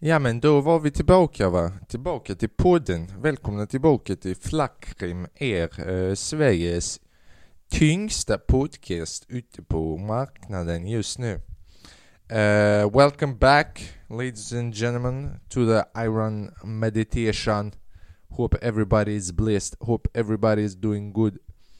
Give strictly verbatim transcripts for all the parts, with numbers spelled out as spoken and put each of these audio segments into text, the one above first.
Ja, men då var vi tillbaka va? Tillbaka till podden. Välkomna tillbaka till Flackrim, er eh, Sveriges tyngsta podcast ute på marknaden just nu. Uh, welcome back, ladies and gentlemen, to the Iron meditation. Hope everybody is blessed. Hope everybody is doing good.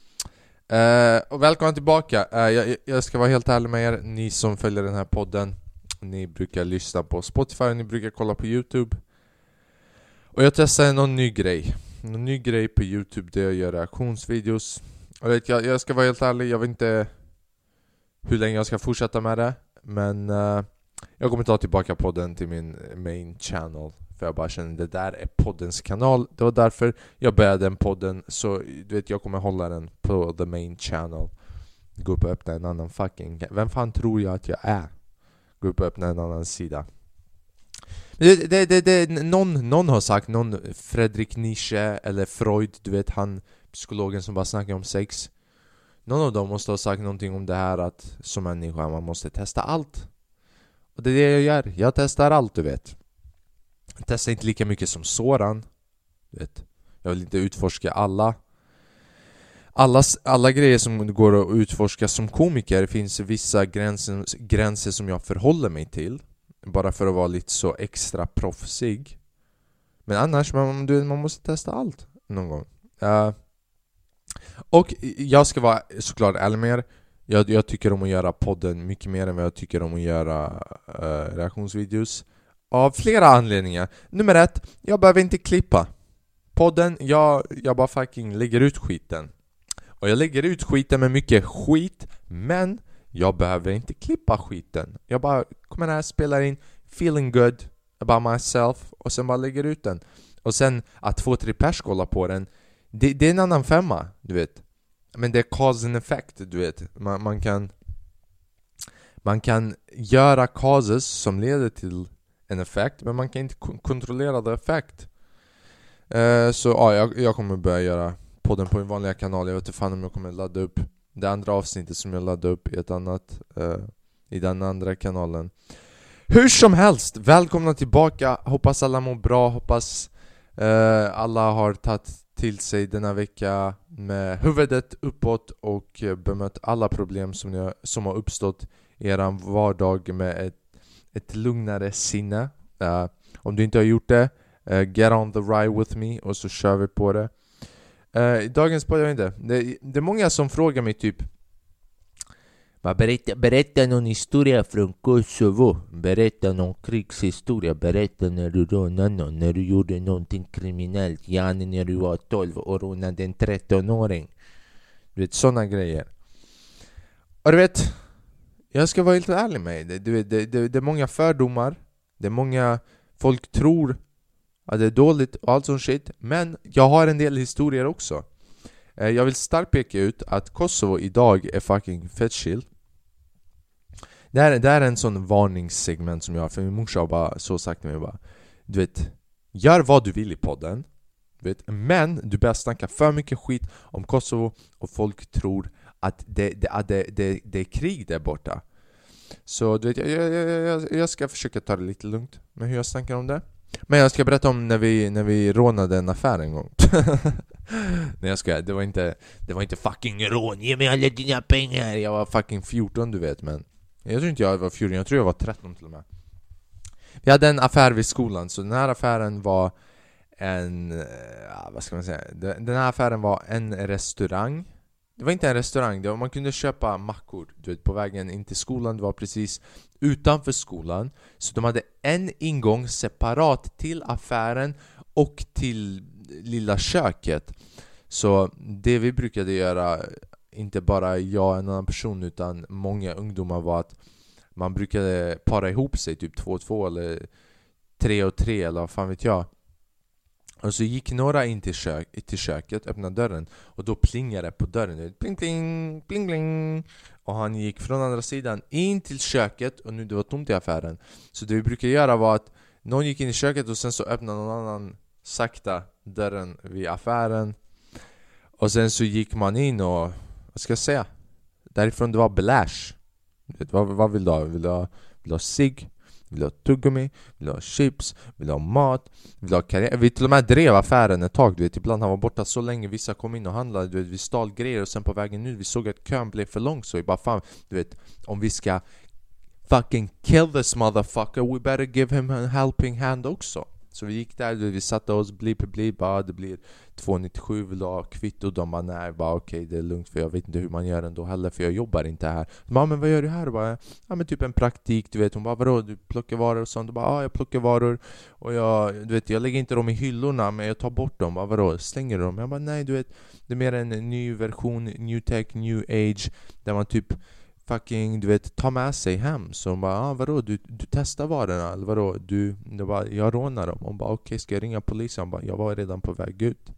Uh, och välkomna tillbaka. Uh, jag, jag ska vara helt ärlig med er, ni som följer den här podden. Ni brukar lyssna på Spotify, ni brukar kolla på YouTube. Och jag testar någon ny grej. Någon ny grej på YouTube där jag gör reaktionsvideos. Och vet, jag, jag ska vara helt ärlig, jag vet inte hur länge jag ska fortsätta med det. Men uh, jag kommer ta tillbaka podden till min main channel. För jag bara känner, det där är poddens kanal. Det var därför jag började den podden. Så du vet, jag kommer hålla den på the main channel. Gå upp och öppna en annan fucking... Vem fan tror jag att jag är? Gå upp och öppna en annan sida. Det, det, det, det, någon, någon har sagt, någon Friedrich Nietzsche eller Freud, du vet han psykologen som bara snackar om sex. Någon av dem måste ha sagt någonting om det här att som människa man måste testa allt. Och det är det jag gör. Jag testar allt, du vet. Jag testar inte lika mycket som Soran. Du vet. Jag vill inte utforska alla. Alla, alla grejer som går att utforska som komiker. Finns vissa gränser, gränser som jag förhåller mig till. Bara för att vara lite så extra proffsig. Men annars, man, du, man måste testa allt någon gång. Uh, och jag ska vara såklart ärlig med er. Jag, jag tycker om att göra podden mycket mer än vad jag tycker om att göra uh, reaktionsvideos. Av flera anledningar. Nummer ett, jag behöver inte klippa podden, jag, jag bara fucking lägger ut skiten. Och jag lägger ut skiten med mycket skit, men jag behöver inte klippa skiten. Jag bara kommer här, spelar in, feeling good about myself, och sen bara lägger ut den. Och sen att två, tre pers kollar på den, det, det är en annan femma, du vet. Men det är cause and effect, du vet. Man, man kan man kan göra causes som leder till en effekt, men man kan inte k- kontrollera the effect. Uh, så ja, jag, jag kommer börja göra podden på en vanliga kanal. Jag vet inte fan om jag kommer ladda upp det andra avsnittet som jag laddade upp i ett annat uh, i den andra kanalen. Hur som helst, välkomna tillbaka. Hoppas alla mår bra. Hoppas uh, alla har tagit till sig denna vecka med huvudet uppåt och uh, bemött alla problem som, ni, som har uppstått i er vardag med ett, ett lugnare sinne. Uh, om du inte har gjort det, uh, get on the ride with me och så kör vi på det. Uh, dagens podd, jag vet inte. Det, det är många som frågar mig typ, berätta, berätta någon historia från Kosovo. Berätta någon krigshistoria. Berätta när du rånade någon, när du gjorde någonting kriminellt. Gärna när du var tolv och rånade en tretton-åring. Du vet, sådana grejer. Och du vet, jag ska vara helt ärlig med dig. Det, det, det, det är många fördomar. Det är många, folk tror att det är dåligt och allt sånt shit. Men jag har en del historier också. Jag vill starkt peka ut att Kosovo idag är fucking fett chill. Det här, det här är en sån varningssegment som jag har. För min morsa har bara så sagt till mig bara, du vet, gör vad du vill i podden, du vet, men du börjar snacka för mycket skit om Kosovo och folk tror att det, det, det, det, det är krig där borta. Så du vet, jag, jag, jag, jag ska försöka ta det lite lugnt med hur jag snackar om det. Men jag ska berätta om när vi, när vi rånade en affär en gång. Nej, jag ska, det var inte det var inte fucking rån, ge mig alla dina pengar. Jag var fucking fjorton, du vet. Men jag tror inte jag var fjorton, jag tror jag var tretton till och med. Vi hade en affär vid skolan. Så den här affären var en, ja, vad ska man säga, den här affären var en restaurang. Det var inte en restaurang, det var, man kunde köpa mackor, du vet, på vägen in till skolan. Det var precis utanför skolan. Så de hade en ingång separat till affären och till lilla köket. Så det vi brukade göra, inte bara jag och en annan person utan många ungdomar, var att man brukade para ihop sig typ två och två eller tre och tre eller vad fan vet jag. Och så gick några in till, kök, till köket, öppnade dörren, och då plingade det på dörren. Pling, pling, pling, pling. Och han gick från andra sidan in till köket, och nu det var tomt i affären. Så det vi brukade göra var att någon gick in i köket och sen så öppnade någon annan sakta dörren vid affären. Och sen så gick man in och, vad ska jag säga, därifrån det var belash. Vad, vad vill du ha? Vill du ha, vill du ha cigg? vill ha tuggummi, vill ha chips, vill ha mat, vill ha karriär. Vi till och med drev affären ett tag, du vet. Ibland han var borta så länge, vissa kom in och handlade, du vet. Vi stal grejer och sen på vägen nu, vi såg att kön blev för lång. Så vi bara, fan, du vet, om vi ska fucking kill this motherfucker, we better give him a helping hand också. Så vi gick där, vi satte oss, blip, blip, bara det blir två nittiosju, vill ha kvitto. De bara, nej, bara okej, okay, det är lugnt för jag vet inte hur man gör ändå heller, för jag jobbar inte här. De bara, men vad gör du här? Bara, ja men typ en praktik, du vet. Hon bara, vadå, du plockar varor och sånt? Du bara, ja jag plockar varor och jag, du vet, jag lägger inte dem i hyllorna, men jag tar bort dem. Bara, vadå, slänger du dem? Jag bara, nej, du vet, det är mer en ny version, new tech, new age, där man typ fucking, du vet, ta med sig hem. Så hon bara, ah, vadå, du, du testar varorna eller vadå, du, det bara, jag rånar dem. Hon bara, okej, okay, ska jag ringa polisen? Hon bara, jag var redan på väg ut.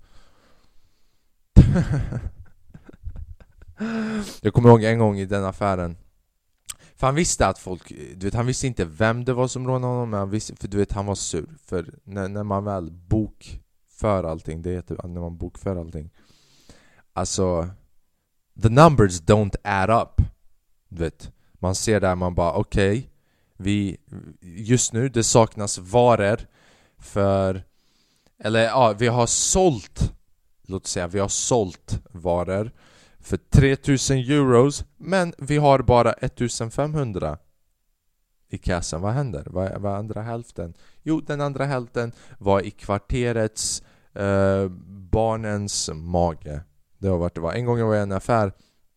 Jag kommer ihåg en gång i den affären, för han visste att folk, du vet, han visste inte vem det var som rånade honom, men han visste, för du vet, han var sur. För när, när man väl bokför allting, det heter när man bokför allting, alltså the numbers don't add up. Vet, man ser där, man bara okej, okay, vi just nu det saknas varor för, eller ja, vi har sålt, låt säga vi har sålt varor för tre tusen euros, men vi har bara ettusenfemhundra i kassan. Vad händer? Vad, vad är andra hälften? Jo, den andra hälften var i kvarterets eh, barnens mage. Det var vart det var. En gång jag var i en affär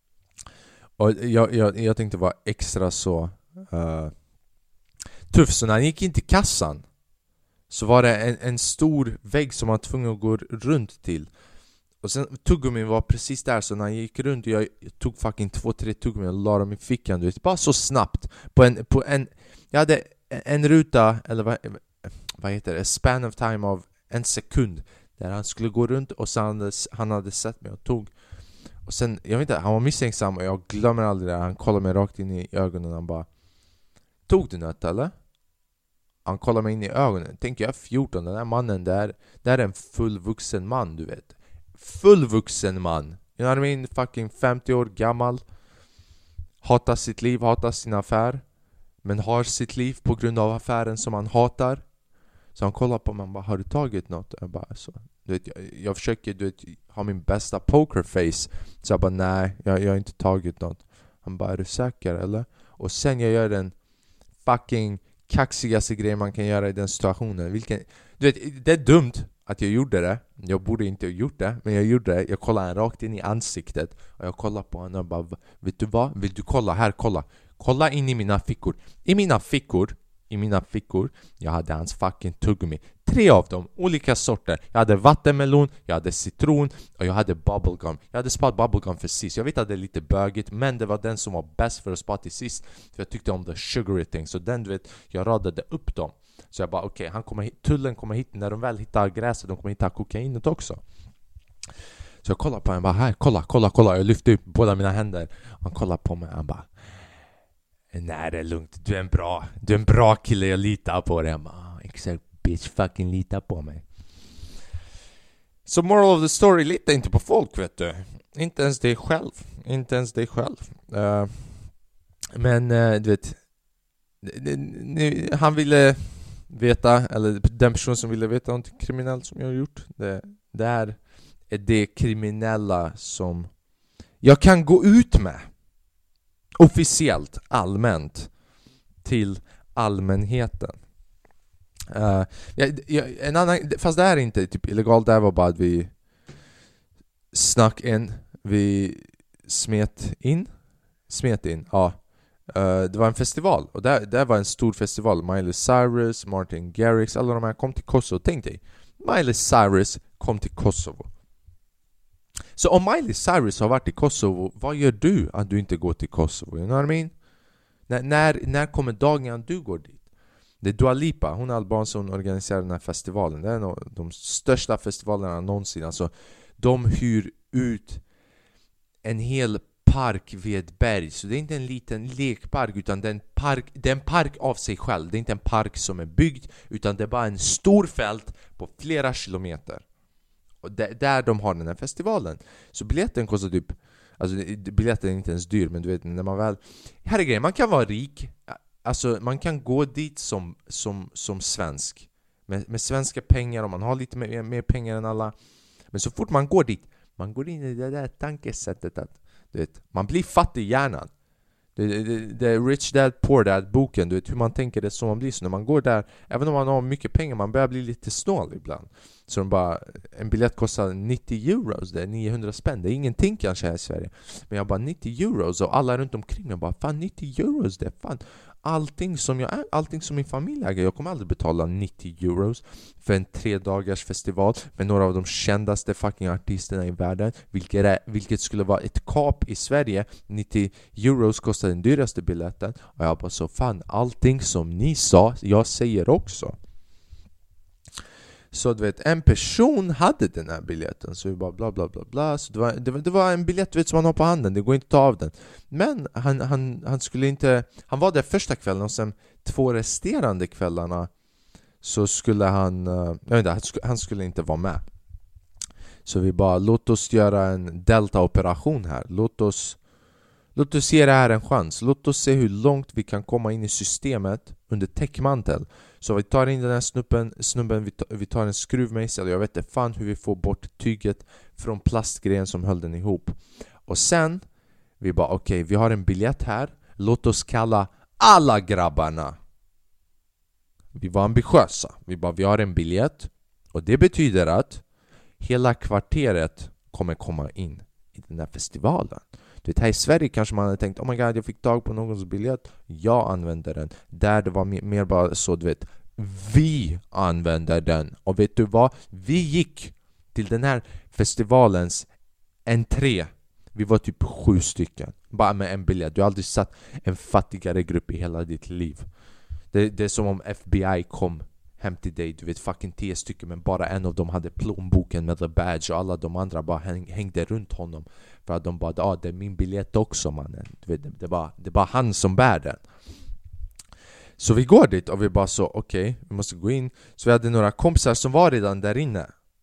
och jag, jag, jag tänkte vara extra så uh, tuff. Så när han gick in till kassan så var det en, en stor vägg som man var tvungen att gå runt till. Och sen tuggummin var precis där. Så när han gick runt, jag, jag tog fucking två, tre tuggummin och la dem i fickan, du vet. Bara så snabbt. På en, på en, jag hade en, en ruta, eller vad, vad heter det? A span of time av en sekund. Där han skulle gå runt och så han hade, han hade sett mig och tog. Och sen, jag vet inte, han var misstänksam och jag glömmer aldrig det. Han kollade mig rakt in i ögonen och han bara, tog du något eller? Han kollade mig in i ögonen. Tänker jag fjorton, den här mannen där, där är en fullvuxen man, du vet. Fullvuxen man. You know what I mean? Fucking femtio år gammal. Hatar sitt liv, hatar sin affär. Men har sitt liv på grund av affären som han hatar. Så han kollar på mig och bara, har du tagit något? Jag bara, så. Du vet, jag, jag försöker, du vet, ha min bästa pokerface. Så jag bara, nej, jag, jag har inte tagit något. Han bara, är du säker eller? Och sen jag gör den fucking kaxigaste grejen man kan göra i den situationen. Vilken, du vet, det är dumt att jag gjorde det. Jag borde inte ha gjort det, men jag gjorde det. Jag kollade han rakt in i ansiktet och jag kollade på honom och bara, vet du vad? Vill du kolla? Här, kolla. Kolla in i mina fickor. I mina fickor I mina fickor, jag hade hans fucking tuggummi. Tre av dem, olika sorter. Jag hade vattenmelon, jag hade citron och jag hade bubblegum. Jag hade sparat bubblegum för sist. Jag vet att det är lite bögigt, men det var den som var bäst för att spara till sist. För jag tyckte om the sugary thing. Så den, du vet, jag radade upp dem. Så jag bara, okej, okay, han kommer hit, tullen kommer hit. När de väl hittar gräset, de kommer hitta kokainet också. Så jag kollar på honom, bara, här, kolla, kolla, kolla. Jag lyfte upp båda mina händer. Han kollar på mig, han bara, nej, det är lugnt, du är en bra Du är en bra kille, jag litar på dig. Jag bara, exakt, bitch, fucking lita på mig. Så moral of the story, lita inte på folk, vet du. Inte ens dig själv. Inte ens dig själv uh, Men uh, du vet, han ville veta, eller den person som ville veta något kriminellt som jag har gjort, det, det är det kriminella som jag kan gå ut med officiellt, allmänt till allmänheten. Uh, jag, jag, en annan, fast det här är inte typ illegalt, det var bara att vi snack in, vi smet in, smet in, ja. Uh, det var en festival, och det, det var en stor festival. Miley Cyrus, Martin Garrix, alla de här kom till Kosovo. Tänk dig, Miley Cyrus kom till Kosovo. Så om Miley Cyrus har varit i Kosovo, vad gör du att du inte går till Kosovo? You know what I mean? När, när, när kommer dagen du går dit? Det är Dua Lipa, hon är alban som organiserar den här festivalen. Det är en av de största festivalerna någonsin. Alltså, de hyr ut en hel park vid ett berg. Så det är inte en liten lekpark, utan det är en park, det är en park av sig själv. Det är inte en park som är byggd, utan det är bara en stor fält på flera kilometer. Och där de har den här festivalen. Så biljetten kostar typ, alltså biljetten är inte ens dyr, men du vet, när man väl, här är grejen, man kan vara rik. alltså man kan gå dit som, som, som svensk med, med svenska pengar, och man har lite mer, mer pengar än alla. Men så fort man går dit, man går in i det där tankesättet att du vet, man blir fattig i hjärnan. Det, det, det är Rich Dad Poor Dad boken, du vet hur man tänker, det så man blir. Så när man går där, även om man har mycket pengar, man börjar bli lite snål ibland. Så de bara, en biljett kostar nittio euros, det är niohundra spänn, det är ingenting kanske här i Sverige. Men jag bara, nittio euros, och alla runt omkring jag bara, fan nittio euros, det är fan allting som jag är, allting som min familj äger. Jag kommer aldrig betala nittio euros för en tre dagars festival med några av de kändaste fucking artisterna i världen, vilket, är, vilket skulle vara ett kap i Sverige. nittio euros kostar den dyraste biljetten. Och jag bara, så fan, allting som ni sa, jag säger också. Så du vet, en person hade den här biljetten, så vi bara bla bla bla bla. Så det var, det var, det var en biljett, vet, som man har på handen, det går inte att ta av den. Men han, han, han skulle inte, han var där första kvällen, och sen två resterande kvällarna så skulle han, jag vet inte, han, skulle, han skulle inte vara med. Så vi bara, låt oss göra en delta-operation här. Låt oss Låt oss ge det här en chans. Låt oss se hur långt vi kan komma in i systemet under täckmantel. Så vi tar in den här snubben, snubben vi, tar, vi tar en skruvmejsel. Jag vet inte fan hur vi får bort tyget från plastgrejen som höll den ihop. Och sen, vi bara okej, okay, vi har en biljett här. Låt oss kalla alla grabbarna. Vi var ambitiösa. Vi bara, vi har en biljett. Och det betyder att hela kvarteret kommer komma in i den här festivalen. Du vet, här i Sverige kanske man hade tänkt, oh my god, jag fick tag på någons biljett, jag använder den. Där det var mer, mer bara så, du vet, vi använder den. Och vet du vad? Vi gick till den här festivalens entré. Vi var typ sju stycken, bara med en biljett. Du har aldrig satt en fattigare grupp i hela ditt liv. Det, det är som om F B I kom hem till dig, du vet, fucking tio stycken, men bara en av dem hade plånboken med the badge, och alla de andra bara häng, hängde runt honom för att de bara, ja, ah, det är min biljett också, mannen. Du vet, det, det, var, det var han som bär den. Så vi går dit och vi bara så, okej, okay, vi måste gå in. Så vi hade några kompisar som var redan där inne.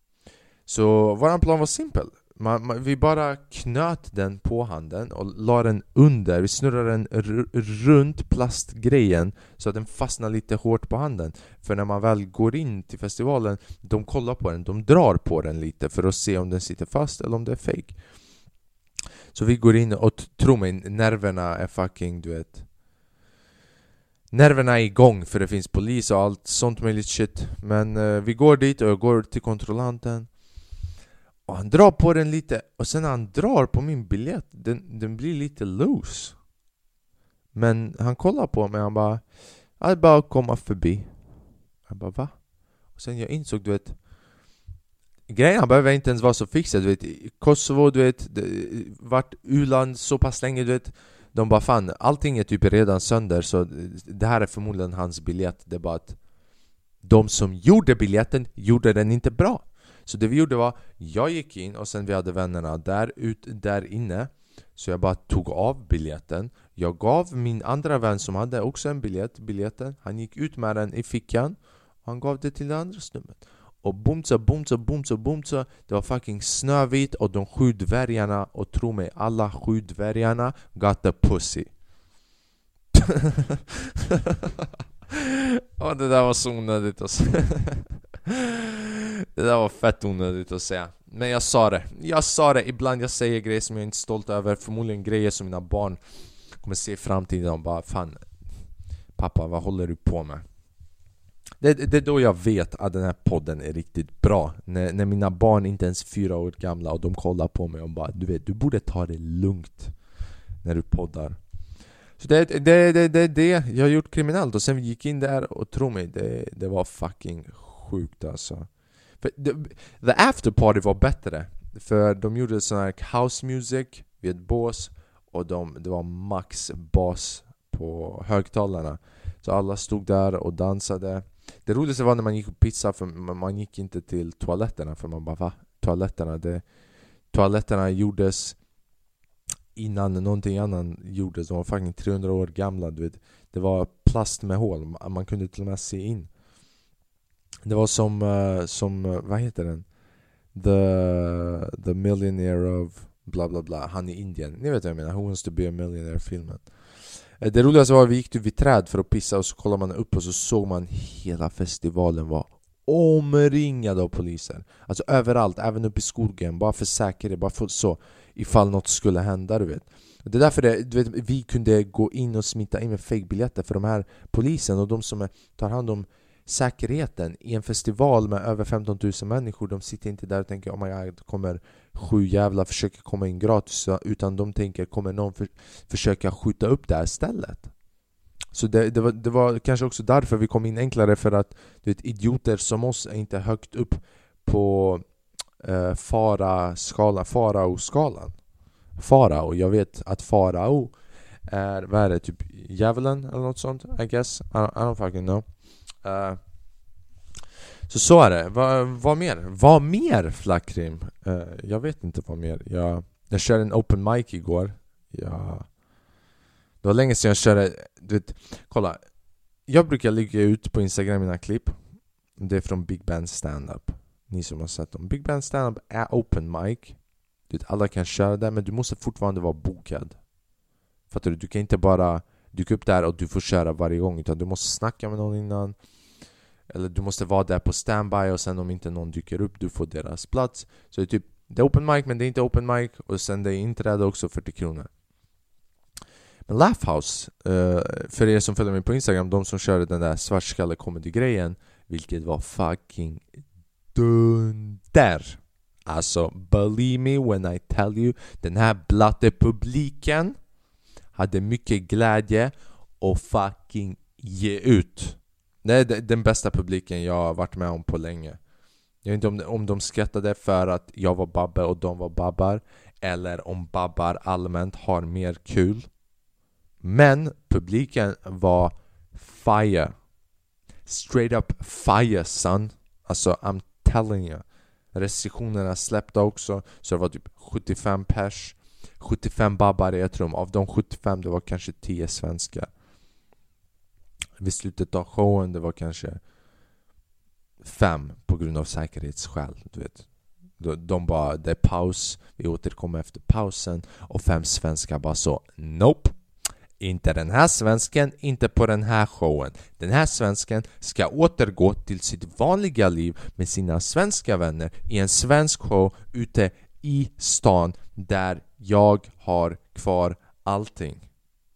Så våran plan var simpel. Man, man, vi bara knöt den på handen och la den under. Vi snurrade den r- runt plastgrejen så att den fastnar lite hårt på handen. För när man väl går in till festivalen, de kollar på den, de drar på den lite för att se om den sitter fast eller om det är fake. Så vi går in och t- tro mig, nerverna är fucking, du vet, nerverna är igång, för det finns polis och allt sånt möjligt shit. Men uh, vi går dit och jag går till kontrollanten. Och han drar på den lite. Och sen när han drar på min biljett, Den, den blir lite loose. Men han kollar på mig och han bara, jag bara komma förbi. Jag bara, va? Och sen jag insåg, du vet, grejen behöver inte ens vara så fixad. Du vet, Kosovo, du vet, det, vart u-land så pass länge, du vet. De bara, fan, allting är typ redan sönder. Så det här är förmodligen hans biljett. Det är bara att de som gjorde biljetten gjorde den inte bra. Så det vi gjorde var, jag gick in och sen vi hade vännerna där, ut, där inne. Så jag bara tog av biljetten. Jag gav min andra vän som hade också en biljett, biljetten. Han gick ut med den i fickan. Och han gav det till den andra snubben. Och boomsa, boomsa, boomsa, boomsa. Det var fucking Snövit och de sju dvärgarna. Och tro mig, alla sju dvärgarna got the pussy. Och det där var så onödigt att säga. Det där var fett onödigt att säga. Men jag sa det. Jag sa det. Ibland jag säger grejer som jag inte är stolt över. Förmodligen grejer som mina barn kommer se i framtiden och bara, fan, pappa, vad håller du på med? Det, det är då jag vet att den här podden är riktigt bra. När, när mina barn inte ens är fyra år gamla och de kollar på mig och bara, du vet, du borde ta det lugnt när du poddar. Så det är det, det, det, det jag har gjort kriminellt. Och sen vi gick in där och tro mig, det, det var fucking sjukt alltså. För the, the after party var bättre. För de gjorde sån här house music vid ett bås. Och de, det var max bas på högtalarna. Så alla stod där och dansade. Det roligaste var när man gick på pizza, för man gick inte till toaletterna. För man bara, va? Toaletterna, det, toaletterna gjordes innan någonting annat gjordes. De var fucking trehundra år gamla, du vet. Det var plast med hål. Man kunde till och med se in. Det var som, uh, som uh, vad heter den? The, the Millionaire of bla bla bla. Han i Indien. Ni vet vad jag menar. Who Wants to be a Millionaire filmen. Det roligaste var att vi gick typ vid träd för att pissa, och så kollade man upp och så såg man hela festivalen var omringad av poliser. Alltså överallt, även uppe i skogen, bara för säkerhet, bara för så ifall något skulle hända, du vet. Det är därför det, du vet, vi kunde gå in och smita in med fake-biljetter, för de här polisen och de som är, tar hand om säkerheten i en festival med över femton tusen människor, de sitter inte där och tänker oh my god, kommer sju jävla försöka komma in gratis, utan de tänker kommer någon för, försöka skjuta upp det här stället. Så det, det, var, det var kanske också därför vi kom in enklare, för att du vet, idioter som oss är inte högt upp på eh, fara-skala, farao-skalan. Farao, jag vet att farao är, vad är det, typ djävulen eller något sånt, I guess, I don't, I don't fucking know. Uh, så så är det. Vad va mer? Vad mer, Flackrim? Uh, jag vet inte vad mer. Jag, jag körde en open mic igår. Jag, det var länge sedan jag körde. Du vet, kolla. Jag brukar lägga ut på Instagram mina klipp. Det är från Big Band Stand-Up. Ni som har sett dem. Big Band Stand-Up är open mic. Du vet, alla kan köra där, men du måste fortfarande vara bokad. Fattar du? Du kan inte bara dyka upp där och du får köra varje gång, utan du måste snacka med någon innan. Eller du måste vara där på standby, och sen om inte någon dyker upp, du får deras plats. Så det är typ, det är open mic, men det är inte open mic. Och sen det är inträde också, fyrtio kronor. Men Laugh House, uh, för er som följer mig på Instagram, de som körde den där svartskalle comedy-grejen, vilket var fucking dunder. Alltså, believe me when I tell you, den här blatte publiken hade mycket glädje och fucking ge ut. Det är den bästa publiken jag har varit med om på länge. Jag vet inte om de, om de skrattade för att jag var babbe och de var babbar, eller om babbar allmänt har mer kul. Men publiken var fire. Straight up fire, son. Alltså, I'm telling you. Restriktionerna släppte också, så det var typ sjuttiofem pers. sjuttiofem babbar i ett rum. Av de sjuttiofem, det var kanske tio svenskar. Vid slutet av showen, det var kanske fem på grund av säkerhetsskäl, du vet. De, de bara, det är paus, vi återkommer efter pausen. Och fem svenskar bara så, nope. Inte den här svensken, inte på den här showen. Den här svensken ska återgå till sitt vanliga liv med sina svenska vänner i en svensk show ute i stan där jag har kvar allting.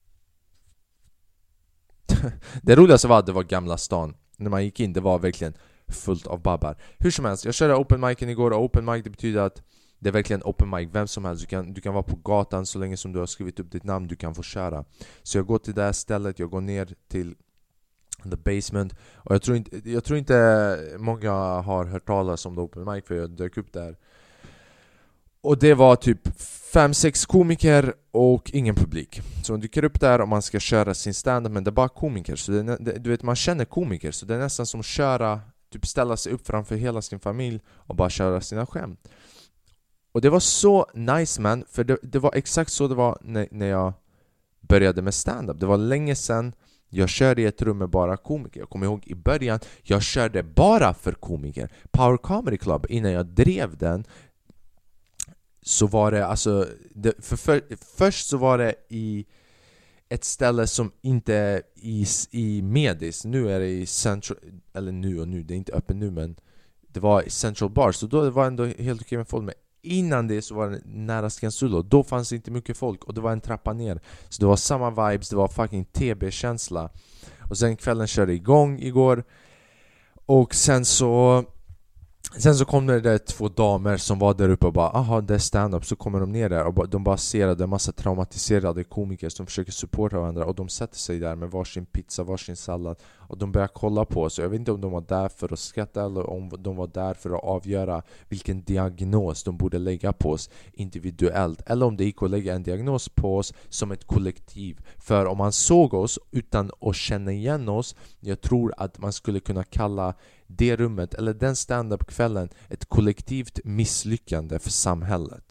Det roligaste var att det var Gamla stan. När man gick in, det var verkligen fullt av babbar. Hur som helst, jag körde open micen igår, och open mic, det betyder att det är verkligen open mic, vem som helst. Du kan, du kan vara på gatan så länge som du har skrivit upp ditt namn, du kan få köra. Så jag går till det här stället, jag går ner till the basement. Och jag tror inte, jag tror inte många har hört talas om the open mic, för jag dök upp där. Och det var typ fem sex komiker och ingen publik. Så man dyker upp där och man ska köra sin stand-up, men det är bara komiker. Så det, det, du vet, man känner komiker, så det är nästan som att köra, typ ställa sig upp framför hela sin familj och bara köra sina skämt. Och det var så nice, man, för det, det var exakt så det var när, när jag började med stand-up. Det var länge sedan jag körde i ett rum med bara komiker. Jag kommer ihåg i början, jag körde bara för komiker. Power Comedy Club, innan jag drev den, så var det alltså det, för, för, först så var det i ett ställe som inte är i, i Medis. Nu är det i Central, eller nu och nu, det är inte öppet nu, men det var i Central Bar, så då var det ändå helt okej med folk. Men innan det så var det nära Skanstulo, då fanns det inte mycket folk och det var en trappa ner. Så det var samma vibes, det var fucking T B-känsla. Och sen kvällen körde igång igår. Och sen så Sen så kom det där två damer som var där uppe och bara, aha, det är stand-up. Så kommer de ner där och de bara ser att det är massa traumatiserade komiker som försöker supporta varandra. Och de sätter sig där med varsin pizza, varsin sallad. Och de börjar kolla på oss. Jag vet inte om de var där för att skratta eller om de var där för att avgöra vilken diagnos de borde lägga på oss individuellt. Eller om det gick att lägga en diagnos på oss som ett kollektiv. För om man såg oss utan att känna igen oss, jag tror att man skulle kunna kalla det rummet eller den stand-up-kvällen ett kollektivt misslyckande för samhället.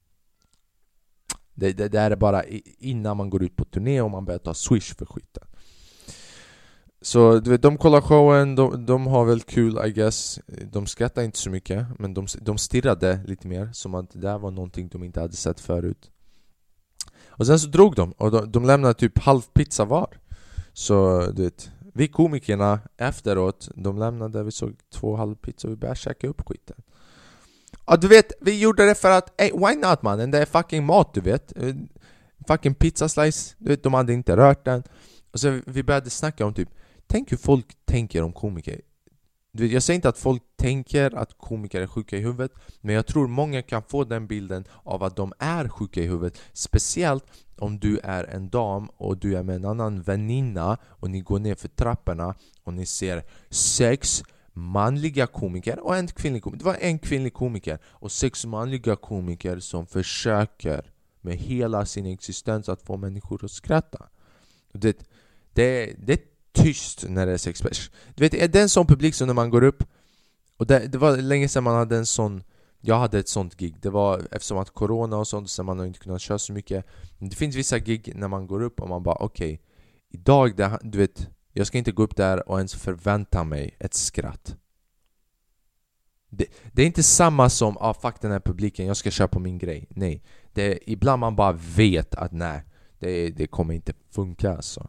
Det, det, det är bara innan man går ut på turné och man börjar ta swish för skiten. Så du vet, de kollar showen, de, de har väl kul, I guess. De skrattar inte så mycket, men de, de stirrade lite mer, som att det där var någonting de inte hade sett förut. Och sen så drog de, och de, de lämnade typ halv pizza var. Så du vet, vi komikerna efteråt, de lämnade, vi såg två halv pizza och vi började käka upp skiten. Ja, du vet, vi gjorde det för att, hey, why not man? Det är fucking mat, du vet. Fucking pizza slice, du vet, de hade inte rört den. Och så vi började snacka om typ, tänk hur folk tänker om komiker. Du vet, jag säger inte att folk tänker att komiker är sjuka i huvudet, men jag tror många kan få den bilden av att de är sjuka i huvudet. Speciellt om du är en dam och du är med en annan väninna och ni går ner för trapporna och ni ser sex manliga komiker och en kvinnlig komiker. Det var en kvinnlig komiker och sex manliga komiker som försöker med hela sin existens att få människor att skratta. Det, det, det är tyst när det är sex pers. Du vet, är det en sån publik som när man går upp, och det, det var länge sedan man hade en sån, jag hade ett sånt gig. Det var eftersom att corona och sånt, så man har inte kunnat köra så mycket. Men det finns vissa gig när man går upp och man bara okej, okay, idag det, du vet, jag ska inte gå upp där och ens förvänta mig ett skratt. Det, det är inte samma som ah, fuck den här publiken, jag ska köra på min grej. Nej, det är, ibland man bara vet att nej, det, det kommer inte funka alltså.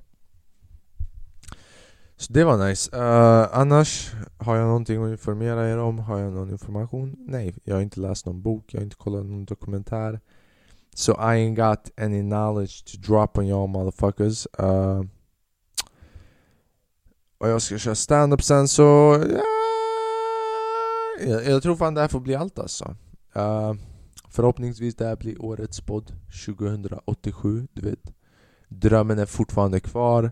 Så det var nice. uh, Annars, har jag någonting att informera er om? Har jag någon information? Nej, jag har inte läst någon bok, jag har inte kollat någon dokumentär. So I ain't got any knowledge to drop on y'all motherfuckers. uh, Och jag ska köra stand-up sen, så ja, jag, jag tror fan det här får bli allt alltså. uh, Förhoppningsvis det här blir årets podd tjugohundraåttiosju. Du vet, drömmen är fortfarande kvar.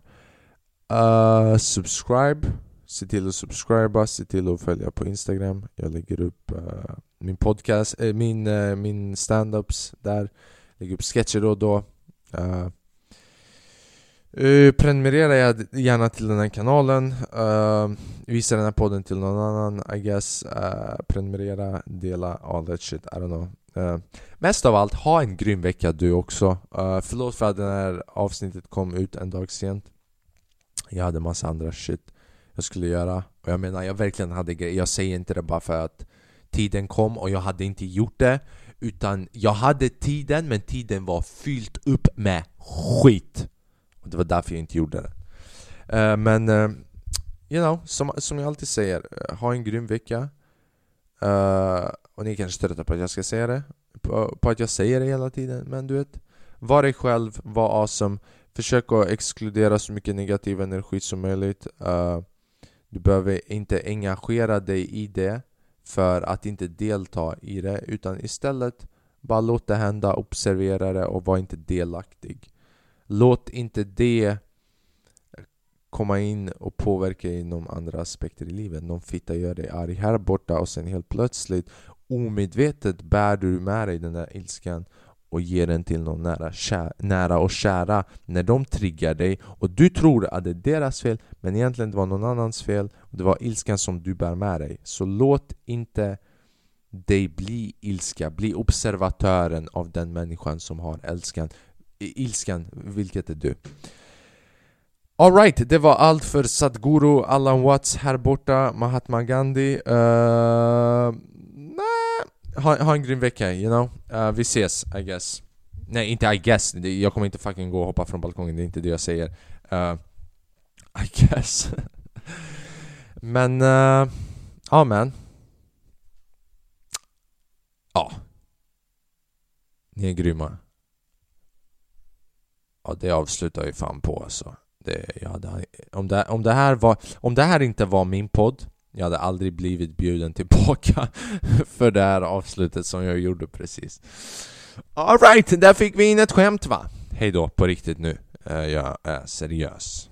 Uh, subscribe. Se till att subscriba. Se till att följa på Instagram. Jag lägger upp uh, min podcast, äh, min, uh, min stand-ups där. Lägger upp sketcher då och då. uh, uh, Prenumerera gärna till den här kanalen. uh, Visa den här podden till någon annan, I guess. uh, Prenumerera, dela, all that shit, I don't know. uh, Mest av allt, ha en grym vecka du också. uh, Förlåt för att den här avsnittet kom ut en dag sent. Jag hade massa andra shit jag skulle göra. Och jag menar, jag verkligen hade grejer. Jag säger inte det bara för att tiden kom och jag hade inte gjort det, utan jag hade tiden, men tiden var fyllt upp med skit. Och det var därför jag inte gjorde det. uh, Men uh, you know, som, som jag alltid säger, uh, ha en grym vecka. uh, Och ni kanske trötta på att jag ska säga det, på, på att jag säger det hela tiden. Men du vet, var dig själv, var awesome. Försök att exkludera så mycket negativ energi som möjligt. uh, Du behöver inte engagera dig i det för att inte delta i det, utan istället bara låt det hända, observera det och var inte delaktig. Låt inte det komma in och påverka inom andra aspekter i livet. Någon fitta gör dig arg här borta och sen helt plötsligt omedvetet bär du med dig den där ilskan och ger den till någon nära, kär, nära och kära när de triggar dig och du tror att det är deras fel, men egentligen det var någon annans fel och det var ilskan som du bär med dig. Så låt inte dig bli ilska, bli observatören av den människan som har älskan, ilskan, vilket är du. Alright, det var allt för Sadhguru Alan Watts här borta, Mahatma Gandhi. uh, Ha, ha en grym vecka, you know. uh, Vi ses, I guess. Nej, inte I guess. Jag kommer inte fucking gå och hoppa från balkongen. Det är inte det jag säger. uh, I guess. Men uh, ja, man. Ja. Ni är grymma. Ja, det avslutar ju fan på alltså. det, jag hade, om, det, om, det här var, om det här inte var min podd, jag hade aldrig blivit bjuden tillbaka för det här avslutet som jag gjorde precis. All right, där fick vi in ett skämt, va? Hej då, på riktigt nu. Jag är seriös.